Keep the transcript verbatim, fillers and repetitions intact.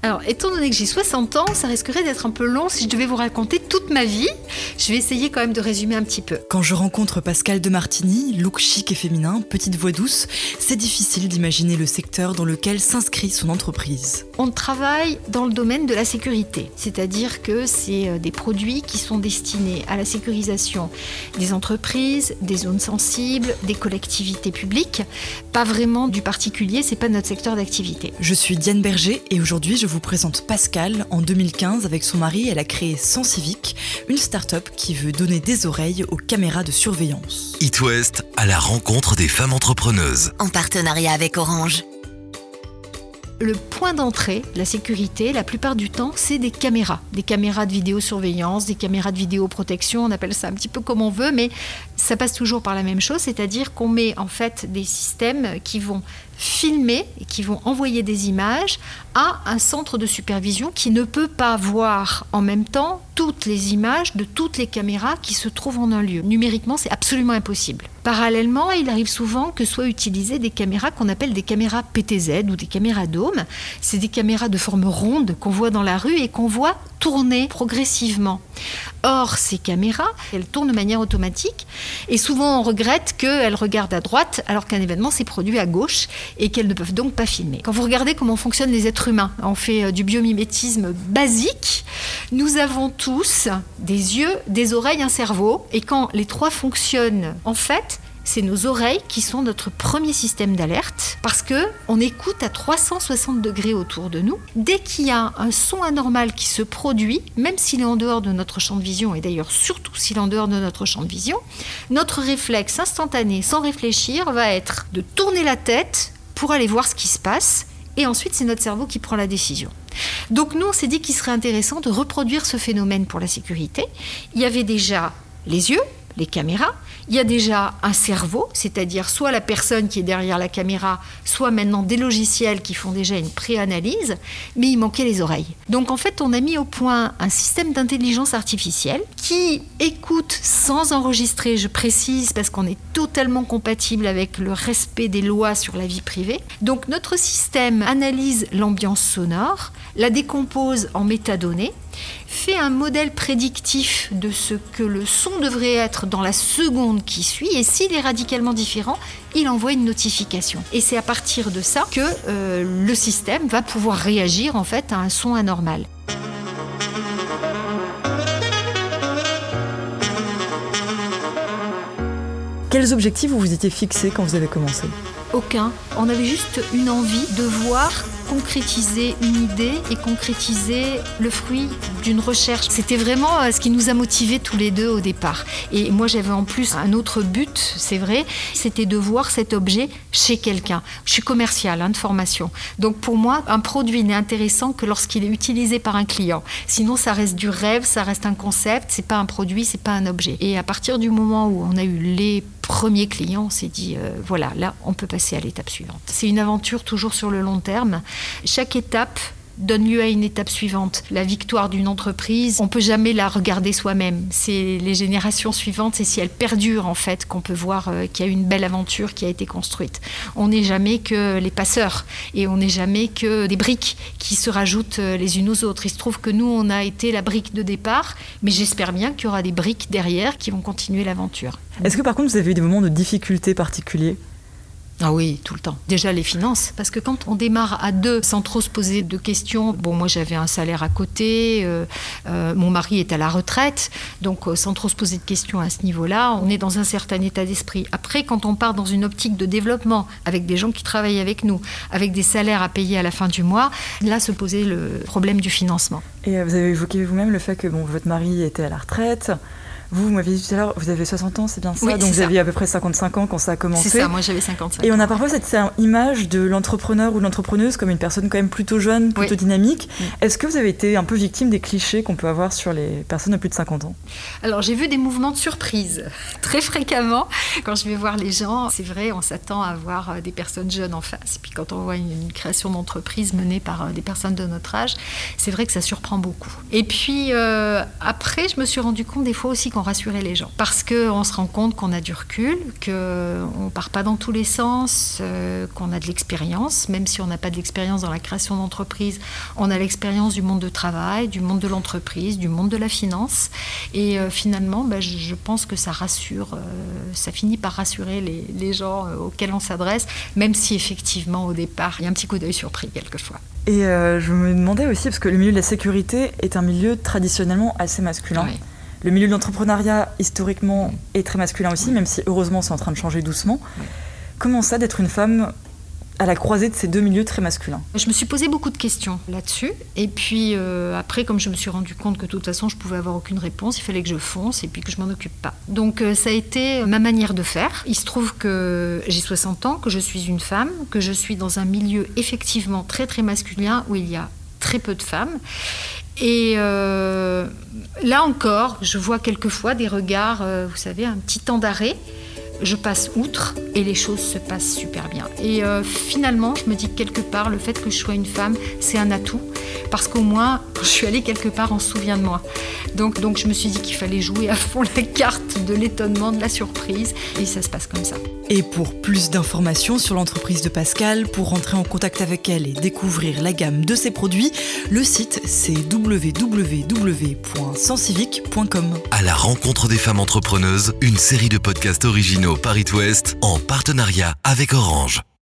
Alors, étant donné que j'ai soixante ans, ça risquerait d'être un peu long si je devais vous raconter toute ma vie. Je vais essayer quand même de résumer un petit peu. Quand je rencontre Pascale de Martini, look chic et féminin, petite voix douce, c'est difficile d'imaginer le secteur dans lequel s'inscrit son entreprise. On travaille dans le domaine de la sécurité, c'est-à-dire que c'est des produits qui sont destinés à la sécurisation des entreprises, des zones sensibles, des collectivités publiques, pas vraiment du particulier, c'est pas notre secteur d'activité. Je suis Diane Berger et aujourd'hui je vous présente Pascale. En deux mille quinze, avec son mari, elle a créé Sensivic, une start-up qui veut donner des oreilles aux caméras de surveillance. It West à la rencontre des femmes entrepreneuses. En partenariat avec Orange. Le point d'entrée de la sécurité, la plupart du temps, c'est des caméras. Des caméras de vidéosurveillance, des caméras de vidéoprotection, on appelle ça un petit peu comme on veut, mais ça passe toujours par la même chose, c'est-à-dire qu'on met en fait des systèmes qui vont filmer et qui vont envoyer des images à un centre de supervision qui ne peut pas voir en même temps toutes les images de toutes les caméras qui se trouvent en un lieu. Numériquement, c'est absolument impossible. Parallèlement, il arrive souvent que soient utilisées des caméras qu'on appelle des caméras P T Z ou des caméras dôme. C'est des caméras de forme ronde qu'on voit dans la rue et qu'on voit tourner progressivement. Or, ces caméras, elles tournent de manière automatique et souvent on regrette qu'elles regardent à droite alors qu'un événement s'est produit à gauche et qu'elles ne peuvent donc pas filmer. Quand vous regardez comment fonctionnent les êtres humains, on fait du biomimétisme basique, nous avons tous des yeux, des oreilles, un cerveau, et quand les trois fonctionnent, en fait, c'est nos oreilles qui sont notre premier système d'alerte parce qu'on écoute à trois cent soixante degrés autour de nous. Dès qu'il y a un son anormal qui se produit, même s'il est en dehors de notre champ de vision, et d'ailleurs surtout s'il est en dehors de notre champ de vision, notre réflexe instantané, sans réfléchir, va être de tourner la tête pour aller voir ce qui se passe, et ensuite c'est notre cerveau qui prend la décision. Donc nous, on s'est dit qu'il serait intéressant de reproduire ce phénomène pour la sécurité. Il y avait déjà les yeux, les caméras, il y a déjà un cerveau, c'est-à-dire soit la personne qui est derrière la caméra, soit maintenant des logiciels qui font déjà une pré-analyse, mais il manquait les oreilles. Donc en fait, on a mis au point un système d'intelligence artificielle qui écoute sans enregistrer, je précise, parce qu'on est totalement compatible avec le respect des lois sur la vie privée. Donc notre système analyse l'ambiance sonore, la décompose en métadonnées, fait un modèle prédictif de ce que le son devrait être dans la seconde qui suit, et s'il est radicalement différent, il envoie une notification. Et c'est à partir de ça que euh, le système va pouvoir réagir en fait à un son anormal. Quels objectifs vous vous étiez fixés quand vous avez commencé ? Aucun. On avait juste une envie de voir concrétiser une idée et concrétiser le fruit d'une recherche. C'était vraiment ce qui nous a motivés tous les deux au départ. Et moi, j'avais en plus un autre but, c'est vrai, c'était de voir cet objet chez quelqu'un. Je suis commerciale, hein, de formation. Donc pour moi, un produit n'est intéressant que lorsqu'il est utilisé par un client. Sinon, ça reste du rêve, ça reste un concept, c'est pas un produit, c'est pas un objet. Et à partir du moment où on a eu les premiers clients, on s'est dit, euh, voilà, là, on peut passer à l'étape suivante. C'est une aventure toujours sur le long terme. Chaque étape donne lieu à une étape suivante. La victoire d'une entreprise, on ne peut jamais la regarder soi-même. C'est les générations suivantes, c'est si elles perdurent en fait qu'on peut voir euh, qu'il y a une belle aventure qui a été construite. On n'est jamais que les passeurs et on n'est jamais que des briques qui se rajoutent euh, les unes aux autres. Il se trouve que nous, on a été la brique de départ, mais j'espère bien qu'il y aura des briques derrière qui vont continuer l'aventure. Est-ce que par contre vous avez eu des moments de difficulté particuliers ? Ah oui, tout le temps. Déjà les finances, parce que quand on démarre à deux sans trop se poser de questions, bon moi j'avais un salaire à côté, euh, euh, mon mari est à la retraite, donc euh, sans trop se poser de questions à ce niveau-là, on est dans un certain état d'esprit. Après, quand on part dans une optique de développement, avec des gens qui travaillent avec nous, avec des salaires à payer à la fin du mois, là se posait le problème du financement. Et vous avez évoqué vous-même le fait que bon, votre mari était à la retraite. Vous, vous m'aviez dit tout à l'heure, vous avez soixante ans, c'est bien ça ? Oui, donc vous ça. aviez à peu près cinquante-cinq ans quand ça a commencé. C'est ça, moi j'avais cinquante-cinq ans. Et on a parfois cette image de l'entrepreneur ou de l'entrepreneuse comme une personne quand même plutôt jeune, plutôt oui. dynamique. Oui. Est-ce que vous avez été un peu victime des clichés qu'on peut avoir sur les personnes de plus de cinquante ans ? Alors j'ai vu des mouvements de surprise très fréquemment. Quand je vais voir les gens, c'est vrai, on s'attend à voir des personnes jeunes en face. Et puis quand on voit une, une création d'entreprise menée par des personnes de notre âge, c'est vrai que ça surprend beaucoup. Et puis euh, après, je me suis rendu compte des fois aussi qui ont rassuré les gens. Parce qu'on se rend compte qu'on a du recul, qu'on ne part pas dans tous les sens, euh, qu'on a de l'expérience. Même si on n'a pas de l'expérience dans la création d'entreprise, on a l'expérience du monde de travail, du monde de l'entreprise, du monde de la finance. Et euh, finalement, bah, je, je pense que ça rassure, euh, ça finit par rassurer les, les gens euh, auxquels on s'adresse, même si effectivement, au départ, il y a un petit coup d'œil surpris quelquefois. Et euh, je me demandais aussi, parce que le milieu de la sécurité est un milieu traditionnellement assez masculin. Oui. Le milieu de l'entrepreneuriat, historiquement, oui. est très masculin aussi, oui. même si heureusement c'est en train de changer doucement. Oui. Comment ça d'être une femme à la croisée de ces deux milieux très masculins? Je me suis posé beaucoup de questions là-dessus. Et puis euh, après, comme je me suis rendu compte que de toute façon, je ne pouvais avoir aucune réponse, il fallait que je fonce et puis que je ne m'en occupe pas. Donc euh, ça a été ma manière de faire. Il se trouve que j'ai soixante ans, que je suis une femme, que je suis dans un milieu effectivement très très masculin où il y a très peu de femmes. Et euh, là encore, je vois quelquefois des regards, euh, vous savez, un petit temps d'arrêt. Je passe outre et les choses se passent super bien. Et euh, finalement, je me dis que quelque part, le fait que je sois une femme, c'est un atout. Parce qu'au moins, quand je suis allée quelque part, on se souvient de moi. Donc, donc je me suis dit qu'il fallait jouer à fond la carte de l'étonnement, de la surprise. Et ça se passe comme ça. Et pour plus d'informations sur l'entreprise de Pascale, pour rentrer en contact avec elle et découvrir la gamme de ses produits, le site c'est w w w point sensivic point com. À la rencontre des femmes entrepreneuses, une série de podcasts originaux Paris Ouest en partenariat avec Orange.